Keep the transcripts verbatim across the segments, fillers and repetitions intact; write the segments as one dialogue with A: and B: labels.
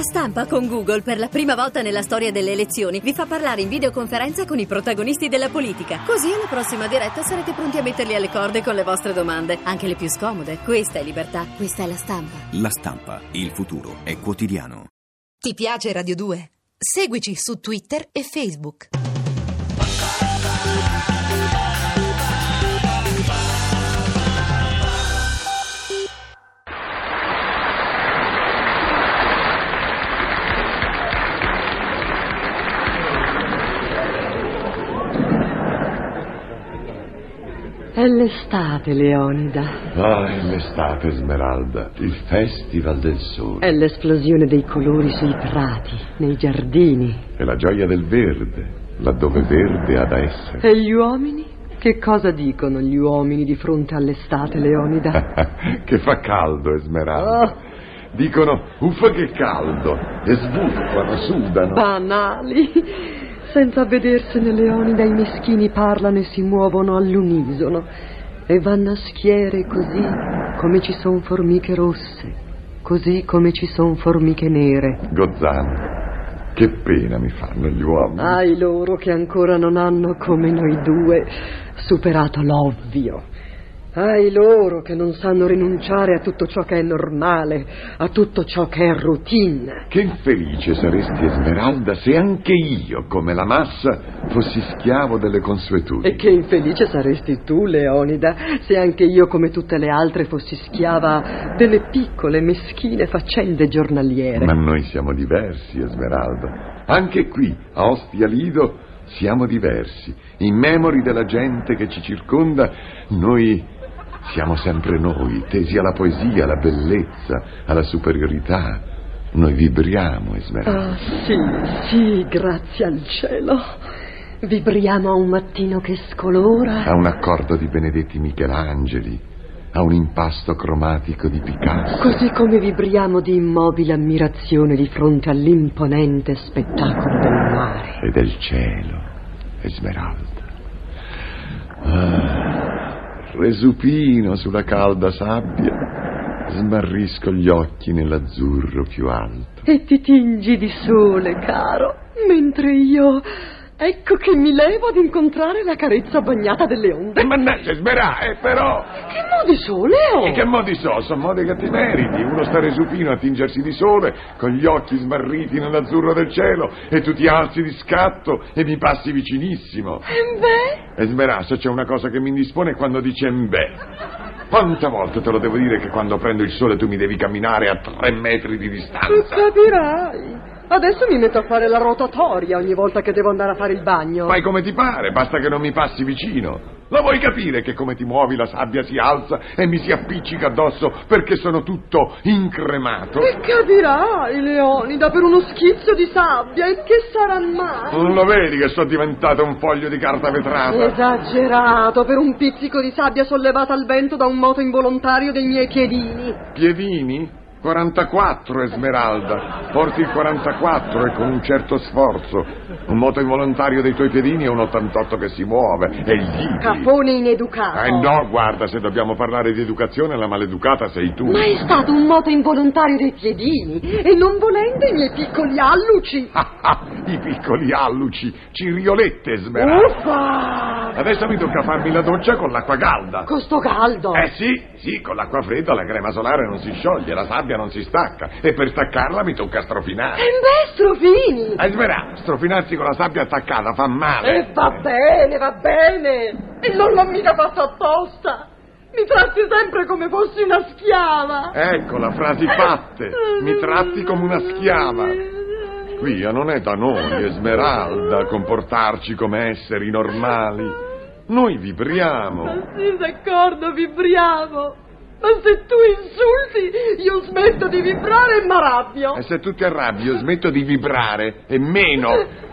A: Stampa con Google, per la prima volta nella storia delle elezioni, vi fa parlare in videoconferenza con i protagonisti della politica. Così alla prossima diretta sarete pronti a metterli alle corde con le vostre domande, anche le più scomode. Questa è libertà, questa è La Stampa.
B: La Stampa, il futuro è quotidiano.
C: Ti piace Radio due? Seguici su Twitter e Facebook.
D: È l'estate, Leonida.
E: Ah, è l'estate, Esmeralda, il festival del sole.
D: È l'esplosione dei colori sui prati, nei giardini.
E: È la gioia del verde, laddove verde ha da essere.
D: E gli uomini? Che cosa dicono gli uomini di fronte all'estate, Leonida?
E: Che fa caldo, Esmeralda. Oh. Dicono, uffa che caldo, e sbuffano, sudano.
D: Banali. Senza vedersene, Leonida, i meschini parlano e si muovono all'unisono e vanno a schiere così come ci son formiche rosse, così come ci son formiche nere.
E: Gozzano, che pena mi fanno gli uomini.
D: Ai loro che ancora non hanno, come noi due, superato l'ovvio. Ai loro che non sanno rinunciare a tutto ciò che è normale, a tutto ciò che è routine.
E: Che infelice saresti, Esmeralda, se anche io, come la massa, fossi schiavo delle consuetudini.
D: E che infelice saresti tu, Leonida, se anche io, come tutte le altre, fossi schiava delle piccole, meschine faccende giornaliere.
E: Ma noi siamo diversi, Esmeralda. Anche qui, a Ostia Lido, siamo diversi. In memori della gente che ci circonda, noi siamo sempre noi, tesi alla poesia, alla bellezza, alla superiorità. Noi vibriamo, Esmeralda.
D: Ah, sì, sì, grazie al cielo. Vibriamo a un mattino che scolora,
E: a un accordo di benedetti Michelangeli, a un impasto cromatico di Picasso.
D: Così come vibriamo di immobile ammirazione di fronte all'imponente spettacolo del mare.
E: E del cielo, Esmeralda. Ah. Resupino sulla calda sabbia, smarrisco gli occhi nell'azzurro più alto.
D: E ti tingi di sole, caro, mentre io, ecco che mi levo ad incontrare la carezza bagnata delle onde.
E: Mannaggia, Esmerà, eh, però...
D: Che modi sole ho?
E: E che modi so? Sono modi che ti meriti. Uno sta resupino a tingersi di sole, con gli occhi smarriti nell'azzurro del cielo, e tu ti alzi di scatto e mi passi vicinissimo.
D: E beh?
E: Esmerà, se c'è una cosa che mi indispone è quando dice beh. Quante volte te lo devo dire che quando prendo il sole tu mi devi camminare a tre metri di distanza?
D: Tu capirai. Adesso mi metto a fare la rotatoria ogni volta che devo andare a fare il bagno.
E: Fai come ti pare, basta che non mi passi vicino. La vuoi capire che come ti muovi la sabbia si alza e mi si appiccica addosso perché sono tutto incremato?
D: E capirai, Leonida, per uno schizzo di sabbia, e che sarà mai?
E: Non lo vedi che sono diventato un foglio di carta vetrata?
D: Esagerato, per un pizzico di sabbia sollevata al vento da un moto involontario dei miei piedini.
E: Piedini? quarantaquattro, Esmeralda. Porti il quarantaquattro e con un certo sforzo. Un moto involontario dei tuoi piedini è un ottantotto che si muove. E gli
D: capone ineducato.
E: Eh no, guarda, se dobbiamo parlare di educazione, la maleducata sei tu.
D: Ma è stato un moto involontario dei piedini, e non volendo i miei piccoli alluci.
E: I piccoli alluci, ciriolette, Esmeralda.
D: Uffa!
E: Adesso mi tocca farmi la doccia con l'acqua calda.
D: Con sto caldo?
E: Eh sì, sì, con l'acqua fredda la crema solare non si scioglie, la sabbia non si stacca, e per staccarla mi tocca strofinare.
D: E beh, strofini!
E: Esmeralda, strofinarsi con la sabbia attaccata fa male.
D: E va bene, va bene. E non l'ho mica fatto apposta. Mi tratti sempre come fossi una schiava.
E: Ecco, la frasi fatte. Mi tratti come una schiava. Qui non è da noi, Esmeralda, comportarci come esseri normali. Noi vibriamo.
D: Ma sì, d'accordo, vibriamo. Ma se tu insulti, io smetto di vibrare e m'arrabbio.
E: E se tu ti arrabbi, io smetto di vibrare e meno.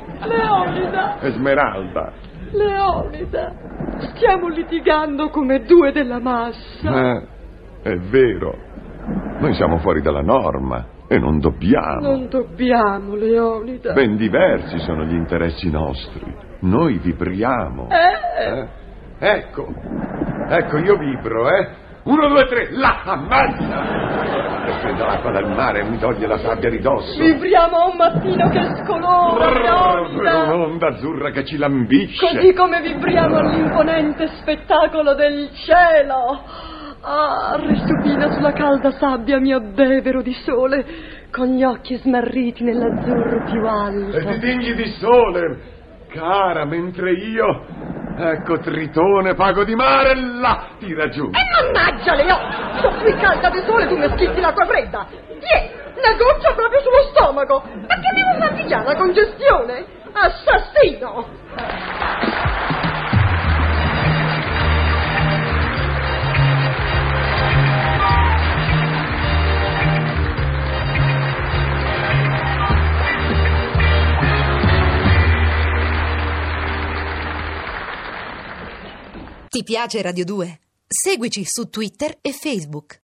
D: Leonida.
E: Esmeralda.
D: Leonida. Stiamo litigando come due della massa.
E: Eh, è vero. Noi siamo fuori dalla norma e non dobbiamo.
D: Non dobbiamo, Leonida.
E: Ben diversi sono gli interessi nostri. Noi vibriamo.
D: Eh?
E: eh? Ecco. Ecco, io vibro, eh? Uno, due, tre, là, ammazza! E prende l'acqua dal mare e mi toglie la sabbia di dosso.
D: Vibriamo a un mattino che scolora l'onda.
E: Un'onda azzurra che ci lambisce.
D: Così come vibriamo all'imponente spettacolo del cielo. Ah, restupina sulla calda sabbia mio devero di sole, con gli occhi smarriti nell'azzurro più alto.
E: E ti digni di sole, cara, mentre io, ecco Tritone pago di mare, là ti raggiungo.
D: E mannaggia le occhi, sono qui calda di sole, tu mi schizzi l'acqua fredda. Tiè, una goccia proprio sullo stomaco. Ma che devo farti già, la congestione? Assassino!
C: Ti piace Radio due? Seguici su Twitter e Facebook.